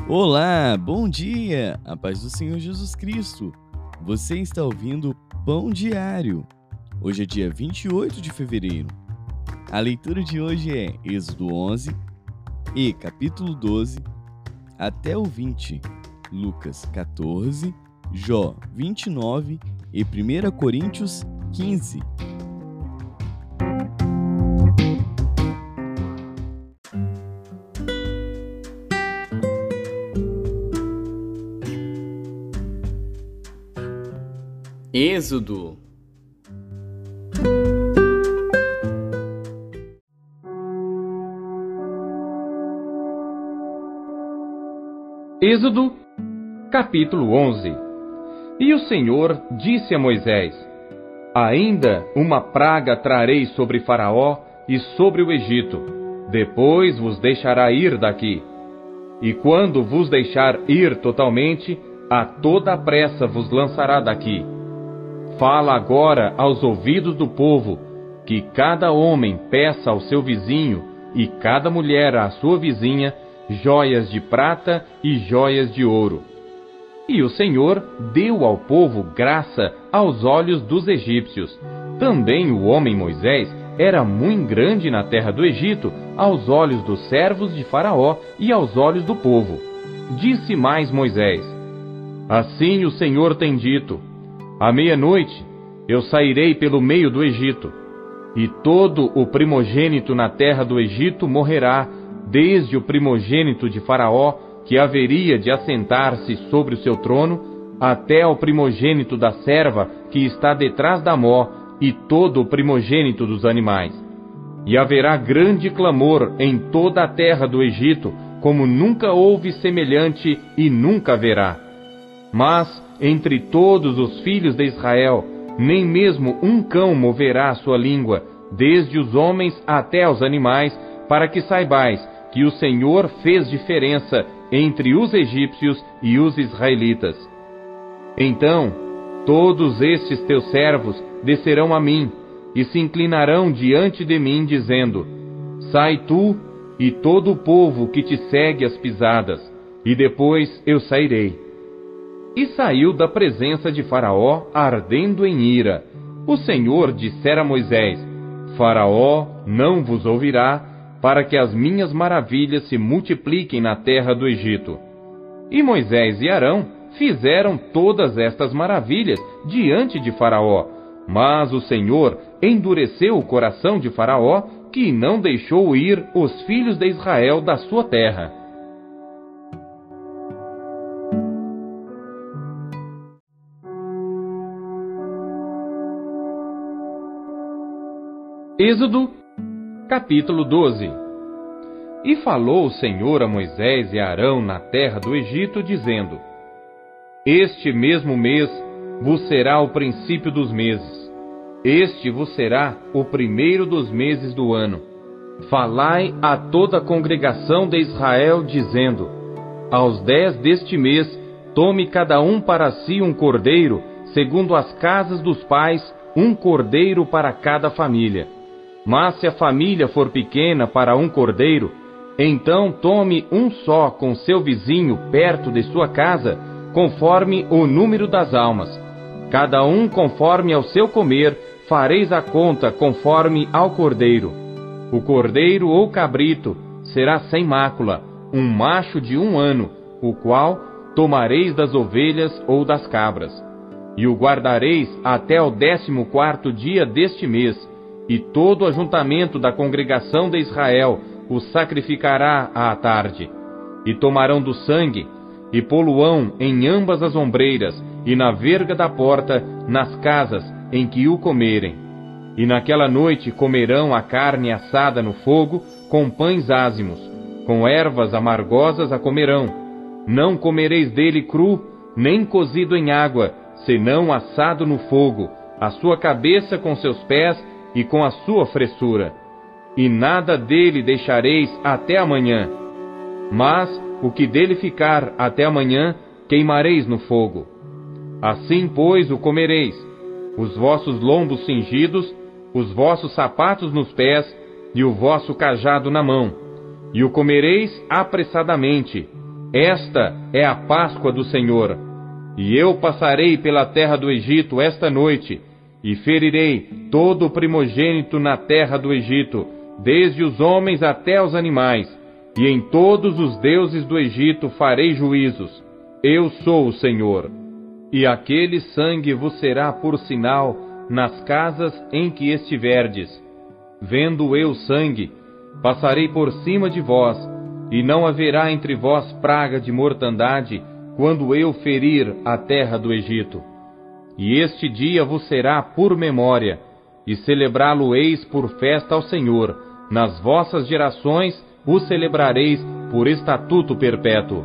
Olá, bom dia! A paz do Senhor Jesus Cristo. Você está ouvindo o Pão Diário. Hoje é dia 28 de fevereiro. A leitura de hoje é Êxodo 11 e capítulo 12 até o 20, Lucas 14, Jó 29 e 1 Coríntios 15. Êxodo. Êxodo, capítulo 11. E o Senhor disse a Moisés: Ainda uma praga trarei sobre Faraó e sobre o Egito, depois vos deixará ir daqui. E quando vos deixar ir totalmente, a toda a pressa vos lançará daqui. Fala agora aos ouvidos do povo, que cada homem peça ao seu vizinho e cada mulher à sua vizinha joias de prata e joias de ouro. E o Senhor deu ao povo graça aos olhos dos egípcios. Também o homem Moisés era muito grande na terra do Egito, aos olhos dos servos de Faraó e aos olhos do povo. Disse mais Moisés: Assim o Senhor tem dito: À meia-noite eu sairei pelo meio do Egito, e todo o primogênito na terra do Egito morrerá, desde o primogênito de Faraó, que haveria de assentar-se sobre o seu trono, até ao primogênito da serva que está detrás da mó, e todo o primogênito dos animais. E haverá grande clamor em toda a terra do Egito, como nunca houve semelhante e nunca haverá. Mas entre todos os filhos de Israel, nem mesmo um cão moverá a sua língua, desde os homens até os animais, para que saibais que o Senhor fez diferença entre os egípcios e os israelitas. Então, todos estes teus servos descerão a mim, e se inclinarão diante de mim, dizendo: Sai tu e todo o povo que te segue as pisadas, e depois eu sairei. E saiu da presença de Faraó, ardendo em ira. O Senhor dissera a Moisés: Faraó não vos ouvirá, para que as minhas maravilhas se multipliquem na terra do Egito. E Moisés e Arão fizeram todas estas maravilhas diante de Faraó, mas o Senhor endureceu o coração de Faraó, que não deixou ir os filhos de Israel da sua terra. Êxodo, capítulo 12. E falou o Senhor a Moisés e a Arão na terra do Egito, dizendo: Este mesmo mês vos será o princípio dos meses. Este vos será o primeiro dos meses do ano. Falai a toda a congregação de Israel, dizendo: Aos 10 deste mês, tome cada um para si um cordeiro, segundo as casas dos pais, um cordeiro para cada família. Mas se a família for pequena para um cordeiro, então tome um só com seu vizinho perto de sua casa, conforme o número das almas. Cada um conforme ao seu comer, fareis a conta conforme ao cordeiro. O cordeiro ou cabrito será sem mácula, um macho de 1 ano, o qual tomareis das ovelhas ou das cabras. E o guardareis até o 14º dia deste mês, e todo o ajuntamento da congregação de Israel o sacrificará à tarde. E tomarão do sangue, e poluão em ambas as ombreiras, e na verga da porta, nas casas em que o comerem. E naquela noite comerão a carne assada no fogo, com pães ázimos, com ervas amargosas a comerão. Não comereis dele cru, nem cozido em água, senão assado no fogo, a sua cabeça com seus pés, e com a sua fressura, e nada dele deixareis até amanhã. Mas o que dele ficar até amanhã, queimareis no fogo. Assim, pois, o comereis, os vossos lombos cingidos, os vossos sapatos nos pés, e o vosso cajado na mão, e o comereis apressadamente. esta é a Páscoa do Senhor. E eu passarei pela terra do Egito esta noite, e ferirei todo o primogênito na terra do Egito, desde os homens até os animais, e em todos os deuses do Egito farei juízos. Eu sou o Senhor. E aquele sangue vos será por sinal nas casas em que estiverdes. Vendo eu sangue, passarei por cima de vós, e não haverá entre vós praga de mortandade, quando eu ferir a terra do Egito. E este dia vos será por memória, e celebrá-lo-eis por festa ao Senhor. Nas vossas gerações o celebrareis por estatuto perpétuo.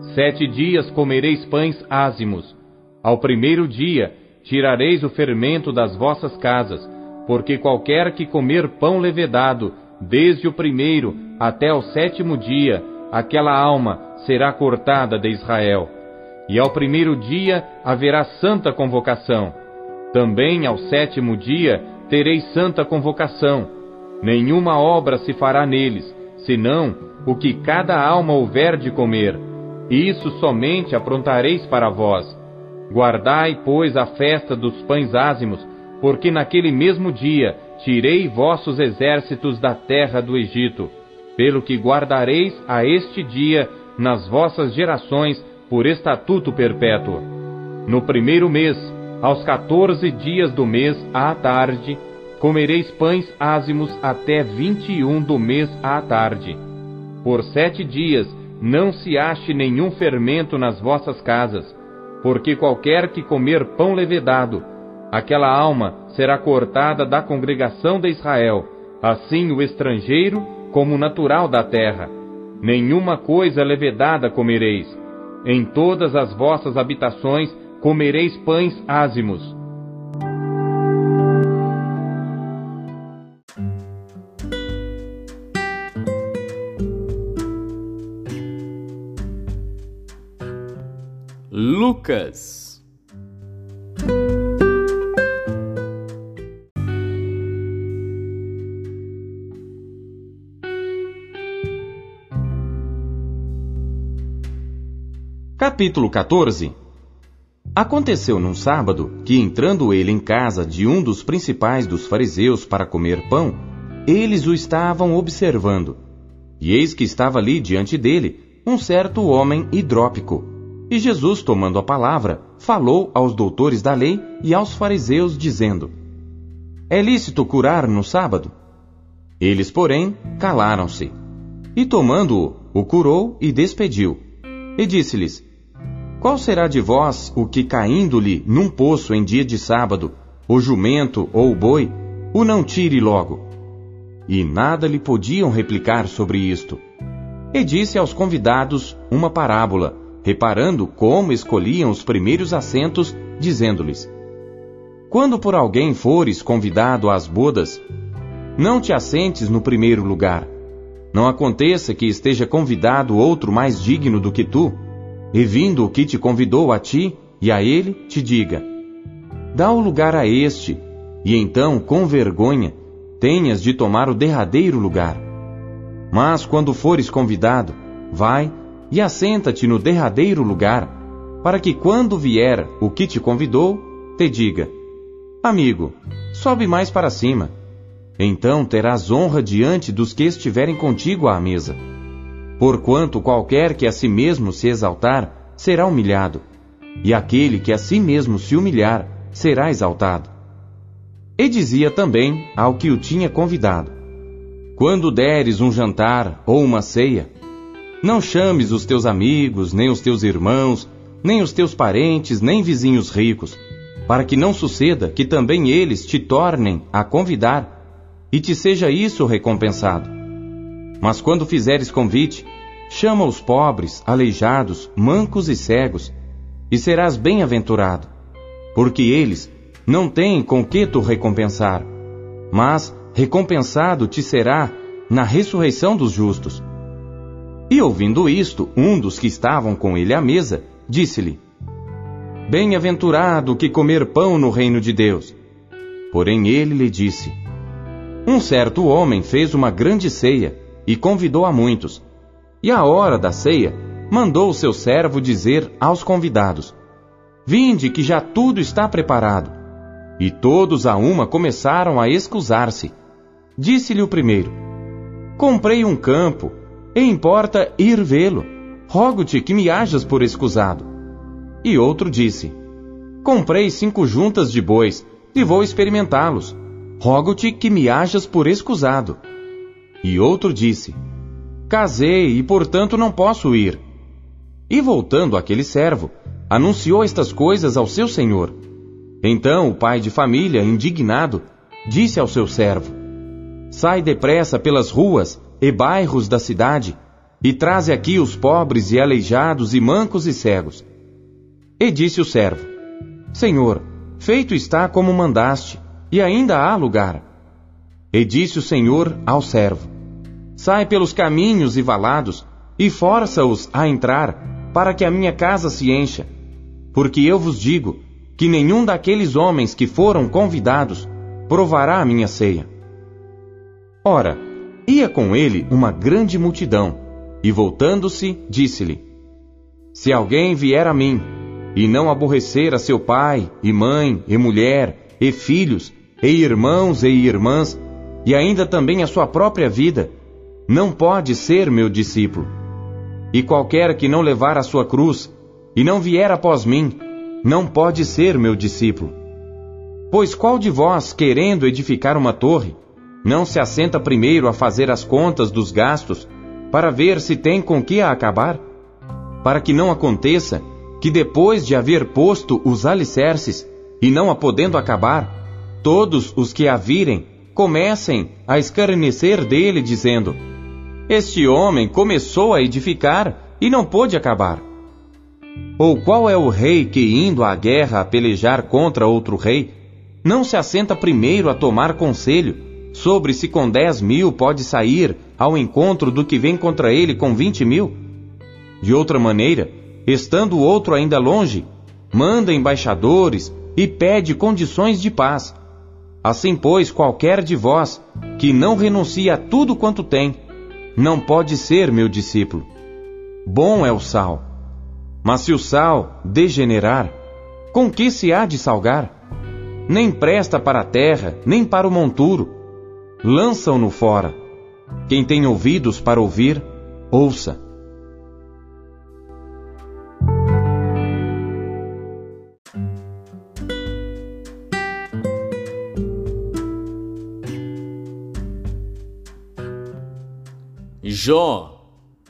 7 dias comereis pães ázimos. Ao primeiro dia tirareis o fermento das vossas casas, porque qualquer que comer pão levedado, desde o primeiro até o 7º dia, aquela alma será cortada de Israel. E ao primeiro dia haverá santa convocação. Também ao 7º dia tereis santa convocação. Nenhuma obra se fará neles, senão o que cada alma houver de comer. Isso somente aprontareis para vós. Guardai, pois, a festa dos pães ázimos, porque naquele mesmo dia tirei vossos exércitos da terra do Egito. Pelo que guardareis a este dia nas vossas gerações por estatuto perpétuo. No primeiro mês, aos 14 dias do mês à tarde, comereis pães ázimos até 21 do mês à tarde. Por 7 dias não se ache nenhum fermento nas vossas casas, porque qualquer que comer pão levedado, aquela alma será cortada da congregação de Israel, assim o estrangeiro como o natural da terra. Nenhuma coisa levedada comereis. Em todas as vossas habitações comereis pães ázimos. Lucas. Capítulo 14. Aconteceu num sábado que, entrando ele em casa de um dos principais dos fariseus para comer pão, eles o estavam observando. E eis que estava ali diante dele um certo homem hidrópico. E Jesus, tomando a palavra, falou aos doutores da lei e aos fariseus, dizendo: É lícito curar no sábado? Eles, porém, calaram-se. E tomando-o, o curou e despediu. E disse-lhes: Qual será de vós o que, caindo-lhe num poço em dia de sábado, o jumento ou o boi, o não tire logo? E nada lhe podiam replicar sobre isto. E disse aos convidados uma parábola, reparando como escolhiam os primeiros assentos, dizendo-lhes: Quando por alguém fores convidado às bodas, não te assentes no primeiro lugar. Não aconteça que esteja convidado outro mais digno do que tu, e vindo o que te convidou a ti e a ele, te diga: Dá o lugar a este, e então, com vergonha, tenhas de tomar o derradeiro lugar. Mas quando fores convidado, vai e assenta-te no derradeiro lugar, para que quando vier o que te convidou, te diga: Amigo, sobe mais para cima. Então terás honra diante dos que estiverem contigo à mesa. Porquanto qualquer que a si mesmo se exaltar, será humilhado, e aquele que a si mesmo se humilhar, será exaltado. E dizia também ao que o tinha convidado: Quando deres um jantar ou uma ceia, não chames os teus amigos, nem os teus irmãos, nem os teus parentes, nem vizinhos ricos, para que não suceda que também eles te tornem a convidar, e te seja isso recompensado. Mas quando fizeres convite, chama os pobres, aleijados, mancos e cegos, e serás bem-aventurado, porque eles não têm com que tu recompensar, mas recompensado te será na ressurreição dos justos. E ouvindo isto, um dos que estavam com ele à mesa, disse-lhe: Bem-aventurado que comer pão no reino de Deus. Porém ele lhe disse: Um certo homem fez uma grande ceia, e convidou a muitos. E à hora da ceia, mandou o seu servo dizer aos convidados: Vinde, que já tudo está preparado. E todos a uma começaram a excusar-se. Disse-lhe o primeiro: Comprei um campo, e importa ir vê-lo. Rogo-te que me hajas por escusado. E outro disse: Comprei 5 juntas de bois, e vou experimentá-los. Rogo-te que me hajas por escusado. E outro disse: Casei, e portanto não posso ir. E voltando aquele servo, anunciou estas coisas ao seu senhor. Então o pai de família, indignado, disse ao seu servo: Sai depressa pelas ruas e bairros da cidade, e traze aqui os pobres e aleijados e mancos e cegos. E disse o servo: Senhor, feito está como mandaste, e ainda há lugar. E disse o senhor ao servo: Sai pelos caminhos e valados, e força-os a entrar, para que a minha casa se encha. Porque eu vos digo que nenhum daqueles homens que foram convidados provará a minha ceia. Ora, ia com ele uma grande multidão, e voltando-se, disse-lhe: Se alguém vier a mim, e não aborrecer a seu pai, e mãe, e mulher, e filhos, e irmãos e irmãs, e ainda também a sua própria vida, não pode ser meu discípulo. E qualquer que não levar a sua cruz, e não vier após mim, não pode ser meu discípulo. Pois qual de vós, querendo edificar uma torre, não se assenta primeiro a fazer as contas dos gastos, para ver se tem com que a acabar? Para que não aconteça que depois de haver posto os alicerces, e não a podendo acabar, todos os que a virem comecem a escarnecer dele, dizendo: Este homem começou a edificar e não pôde acabar. Ou qual é o rei que, indo à guerra a pelejar contra outro rei, não se assenta primeiro a tomar conselho sobre se com 10.000 pode sair ao encontro do que vem contra ele com 20.000? De outra maneira, estando o outro ainda longe, manda embaixadores e pede condições de paz. Assim, pois, qualquer de vós que não renuncia a tudo quanto tem, não pode ser meu discípulo. Bom é o sal, mas se o sal degenerar, com que se há de salgar? Nem presta para a terra, nem para o monturo. Lançam-no fora. Quem tem ouvidos para ouvir, ouça. Jó.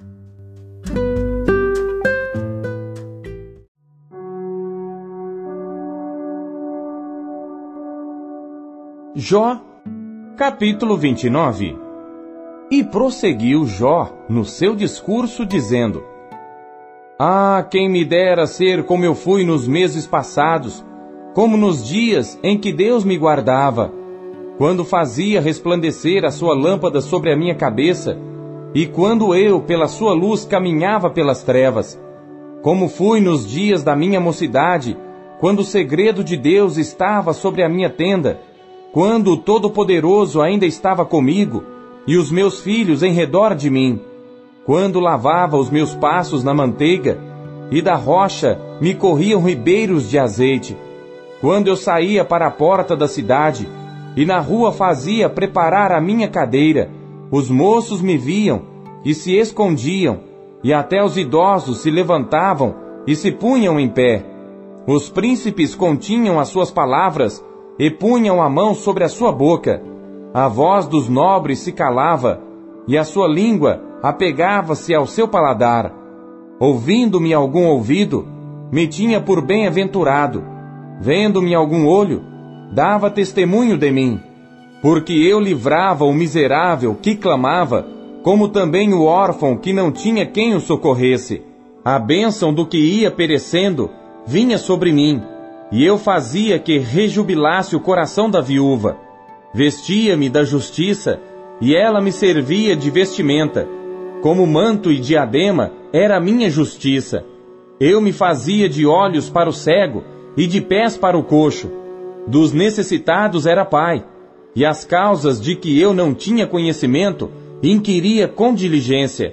Jó, capítulo 29. E prosseguiu Jó no seu discurso, dizendo: Ah, quem me dera ser como eu fui nos meses passados, como nos dias em que Deus me guardava, quando fazia resplandecer a sua lâmpada sobre a minha cabeça, e quando eu, pela sua luz, caminhava pelas trevas. Como fui nos dias da minha mocidade, quando o segredo de Deus estava sobre a minha tenda, quando o Todo-Poderoso ainda estava comigo, e os meus filhos em redor de mim, quando lavava os meus passos na manteiga, e da rocha me corriam ribeiros de azeite, quando eu saía para a porta da cidade, e na rua fazia preparar a minha cadeira, os moços me viam e se escondiam, e até os idosos se levantavam e se punham em pé. Os príncipes continham as suas palavras e punham a mão sobre a sua boca. A voz dos nobres se calava, e a sua língua apegava-se ao seu paladar. Ouvindo-me algum ouvido, me tinha por bem-aventurado. Vendo-me algum olho, dava testemunho de mim. Porque eu livrava o miserável que clamava, como também o órfão que não tinha quem o socorresse. A bênção do que ia perecendo vinha sobre mim, e eu fazia que rejubilasse o coração da viúva. Vestia-me da justiça, e ela me servia de vestimenta. Como manto e diadema era a minha justiça. Eu me fazia de olhos para o cego e de pés para o coxo. Dos necessitados era pai, e as causas de que eu não tinha conhecimento inquiria com diligência.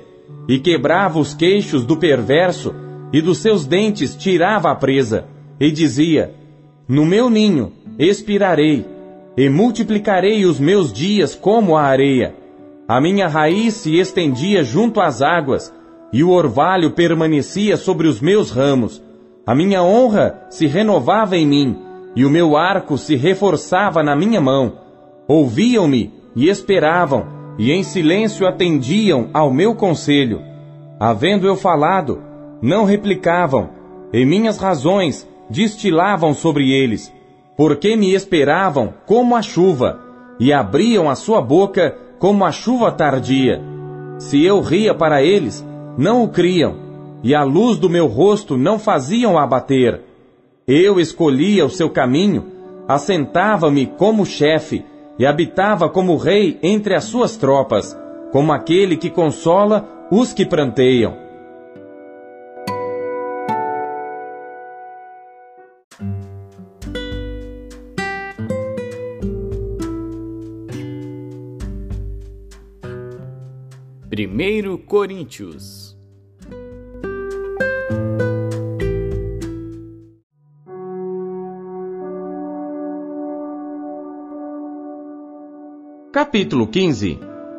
e quebrava os queixos do perverso, e dos seus dentes tirava a presa, e dizia: no meu ninho expirarei, e multiplicarei os meus dias como a areia. A minha raiz se estendia junto às águas, e o orvalho permanecia sobre os meus ramos. A minha honra se renovava em mim, e o meu arco se reforçava na minha mão. Ouviam-me e esperavam, e em silêncio atendiam ao meu conselho. Havendo eu falado, não replicavam, e minhas razões destilavam sobre eles, porque me esperavam como a chuva, e abriam a sua boca como a chuva tardia. Se eu ria para eles, não o criam, e a luz do meu rosto não faziam abater. Eu escolhia o seu caminho, assentava-me como chefe, e habitava como rei entre as suas tropas, como aquele que consola os que pranteiam. Primeiro Coríntios. Capítulo 15.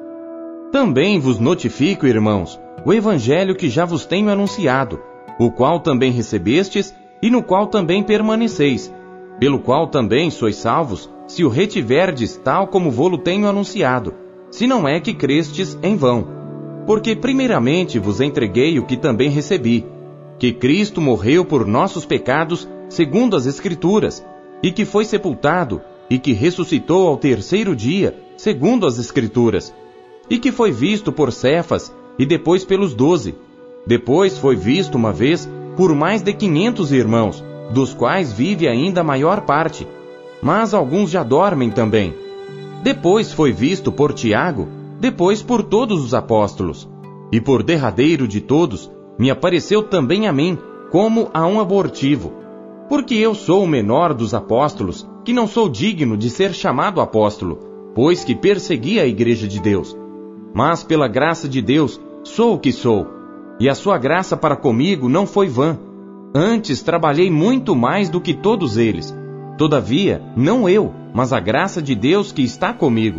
Também vos notifico, irmãos, o evangelho que já vos tenho anunciado, o qual também recebestes e no qual também permaneceis, pelo qual também sois salvos, se o retiverdes tal como vô-lo tenho anunciado, se não é que crestes em vão. Porque primeiramente vos entreguei o que também recebi, que Cristo morreu por nossos pecados, segundo as Escrituras, e que foi sepultado, e que ressuscitou ao terceiro dia, segundo as Escrituras, e que foi visto por Cefas, e depois pelos 12. Depois foi visto uma vez por mais de 500 irmãos, dos quais vive ainda a maior parte, mas alguns já dormem também. Depois foi visto por Tiago, depois por todos os apóstolos. E por derradeiro de todos, me apareceu também a mim, como a um abortivo. Porque eu sou o menor dos apóstolos, que não sou digno de ser chamado apóstolo, pois que persegui a igreja de Deus. Mas pela graça de Deus, sou o que sou. E a sua graça para comigo não foi vã. Antes trabalhei muito mais do que todos eles. Todavia, não eu, mas a graça de Deus que está comigo.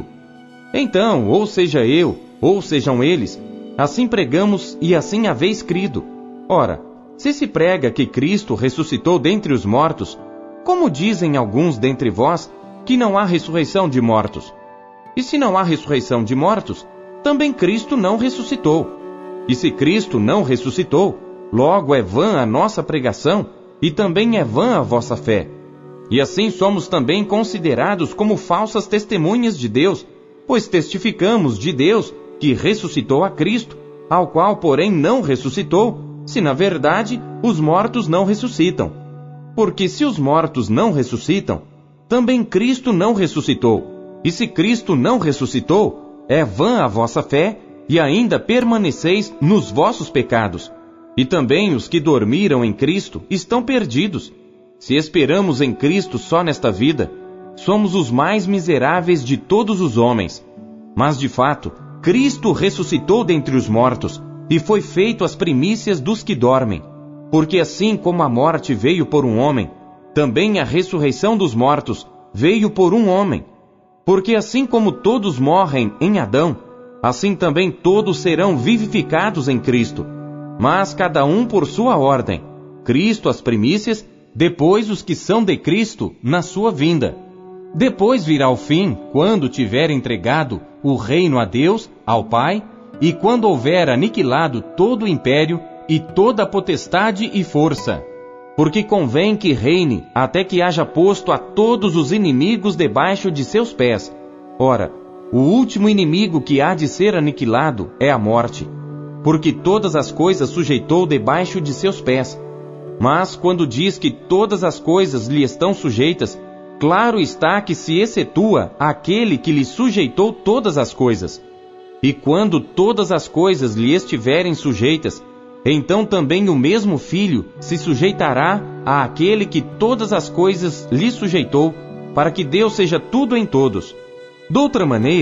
Então, ou seja eu, ou sejam eles, assim pregamos e assim haveis crido. Ora, se se prega que Cristo ressuscitou dentre os mortos, como dizem alguns dentre vós que não há ressurreição de mortos? E se não há ressurreição de mortos, também Cristo não ressuscitou. E se Cristo não ressuscitou, logo é vã a nossa pregação, e também é vã a vossa fé. E assim somos também considerados como falsas testemunhas de Deus, pois testificamos de Deus que ressuscitou a Cristo, ao qual, porém, não ressuscitou, se na verdade os mortos não ressuscitam. Porque se os mortos não ressuscitam, também Cristo não ressuscitou. E se Cristo não ressuscitou, é vã a vossa fé, e ainda permaneceis nos vossos pecados. E também os que dormiram em Cristo estão perdidos. Se esperamos em Cristo só nesta vida, somos os mais miseráveis de todos os homens. Mas de fato, Cristo ressuscitou dentre os mortos, e foi feito as primícias dos que dormem. Porque assim como a morte veio por um homem, também a ressurreição dos mortos veio por um homem. Porque assim como todos morrem em Adão, assim também todos serão vivificados em Cristo. Mas cada um por sua ordem. Cristo as primícias, depois os que são de Cristo na sua vinda. Depois virá o fim, quando tiver entregado o reino a Deus, ao Pai, e quando houver aniquilado todo o império e toda a potestade e força. Porque convém que reine até que haja posto a todos os inimigos debaixo de seus pés. Ora, o último inimigo que há de ser aniquilado é a morte, porque todas as coisas sujeitou debaixo de seus pés. Mas quando diz que todas as coisas lhe estão sujeitas, claro está que se excetua aquele que lhe sujeitou todas as coisas. E quando todas as coisas lhe estiverem sujeitas, então também o mesmo Filho se sujeitará àquele que todas as coisas lhe sujeitou, para que Deus seja tudo em todos. Doutra maneira,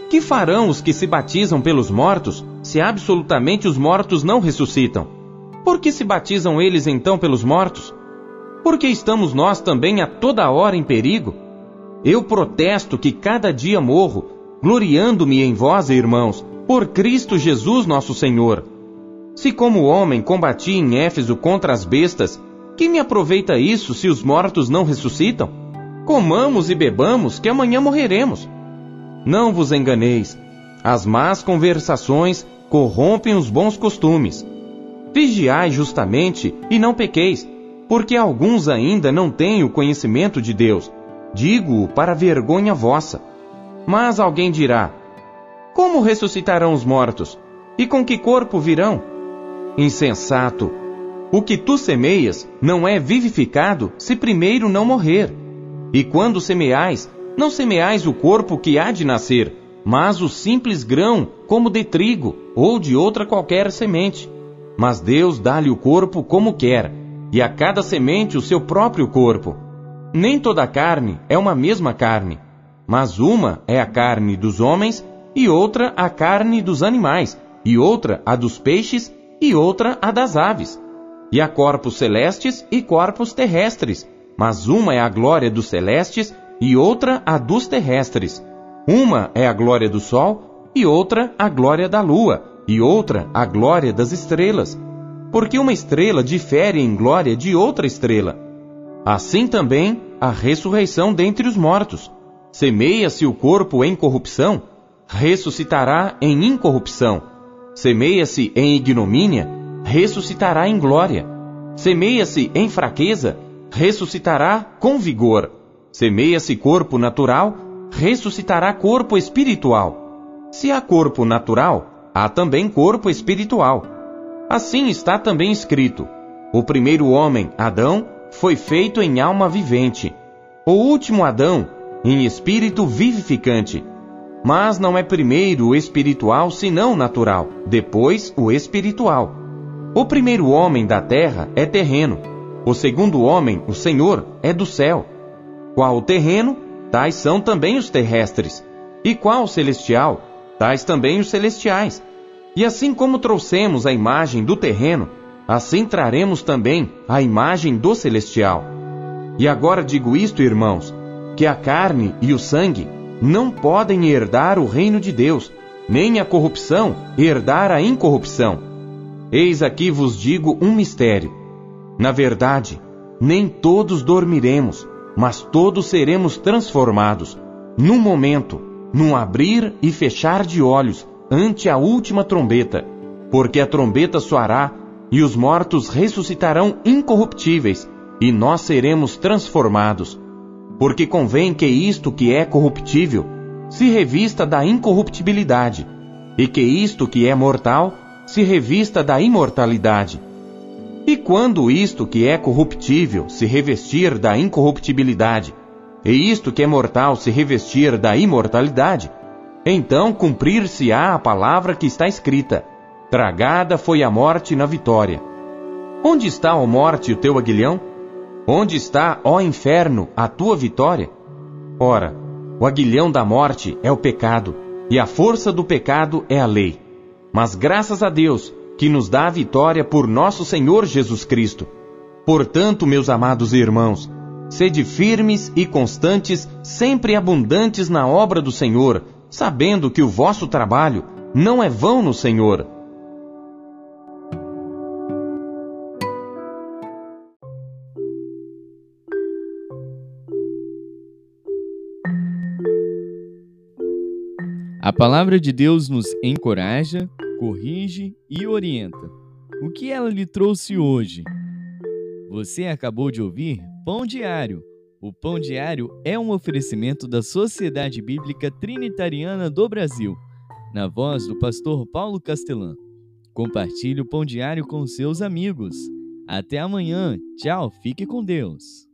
Que farão os que se batizam pelos mortos, se absolutamente os mortos não ressuscitam? Por que se batizam eles então pelos mortos? Porque estamos nós também a toda hora em perigo? Eu protesto que cada dia morro, gloriando-me em vós, irmãos, por Cristo Jesus nosso Senhor. Se como homem combati em Éfeso contra as bestas, que me aproveita isso se os mortos não ressuscitam? Comamos e bebamos, que amanhã morreremos. Não vos enganeis, as más conversações corrompem os bons costumes. Vigiai justamente e não pequeis, porque alguns ainda não têm o conhecimento de Deus. Digo-o para vergonha vossa. Mas alguém dirá: como ressuscitarão os mortos? E com que corpo virão? Insensato! O que tu semeias não é vivificado se primeiro não morrer. E quando semeais, não semeais o corpo que há de nascer, mas o simples grão, como de trigo, ou de outra qualquer semente. Mas Deus dá-lhe o corpo como quer, e a cada semente o seu próprio corpo. Nem toda a carne é uma mesma carne, mas uma é a carne dos homens, e outra a carne dos animais, e outra a dos peixes, e outra a das aves. E há corpos celestes e corpos terrestres, mas uma é a glória dos celestes, e outra a dos terrestres. Uma é a glória do sol, e outra a glória da lua, e outra a glória das estrelas. Porque uma estrela difere em glória de outra estrela. Assim também a ressurreição dentre os mortos. Semeia-se o corpo em corrupção, ressuscitará em incorrupção. Semeia-se em ignomínia, ressuscitará em glória. Semeia-se em fraqueza, ressuscitará com vigor. Semeia-se corpo natural, ressuscitará corpo espiritual. Se há corpo natural, há também corpo espiritual. Assim está também escrito: o primeiro homem, Adão, foi feito em alma vivente. O último Adão, em espírito vivificante. Mas não é primeiro o espiritual, senão o natural, depois o espiritual. O primeiro homem da terra é terreno. O segundo homem, o Senhor, é do céu. Qual o terreno, tais são também os terrestres. E qual o celestial, tais também os celestiais. E assim como trouxemos a imagem do terreno, assim traremos também a imagem do celestial. E agora digo isto, irmãos, que a carne e o sangue não podem herdar o reino de Deus, nem a corrupção herdar a incorrupção. Eis aqui vos digo um mistério. Na verdade, nem todos dormiremos, mas todos seremos transformados, num momento, num abrir e fechar de olhos, ante a última trombeta. Porque a trombeta soará, e os mortos ressuscitarão incorruptíveis, e nós seremos transformados. Porque convém que isto que é corruptível se revista da incorruptibilidade, e que isto que é mortal se revista da imortalidade. E quando isto que é corruptível se revestir da incorruptibilidade, e isto que é mortal se revestir da imortalidade, então cumprir-se-á a palavra que está escrita: tragada foi a morte na vitória. Onde está, ó morte, o teu aguilhão? Onde está, ó inferno, a tua vitória? Ora, o aguilhão da morte é o pecado, e a força do pecado é a lei. Mas graças a Deus, que nos dá a vitória por nosso Senhor Jesus Cristo. Portanto, meus amados irmãos, sede firmes e constantes, sempre abundantes na obra do Senhor, sabendo que o vosso trabalho não é vão no Senhor. A palavra de Deus nos encoraja, corrige e orienta. O que ela lhe trouxe hoje? Você acabou de ouvir Pão Diário. O Pão Diário é um oferecimento da Sociedade Bíblica Trinitariana do Brasil, na voz do pastor Paulo Castelã. Compartilhe o Pão Diário com seus amigos. Até amanhã. Tchau, fique com Deus.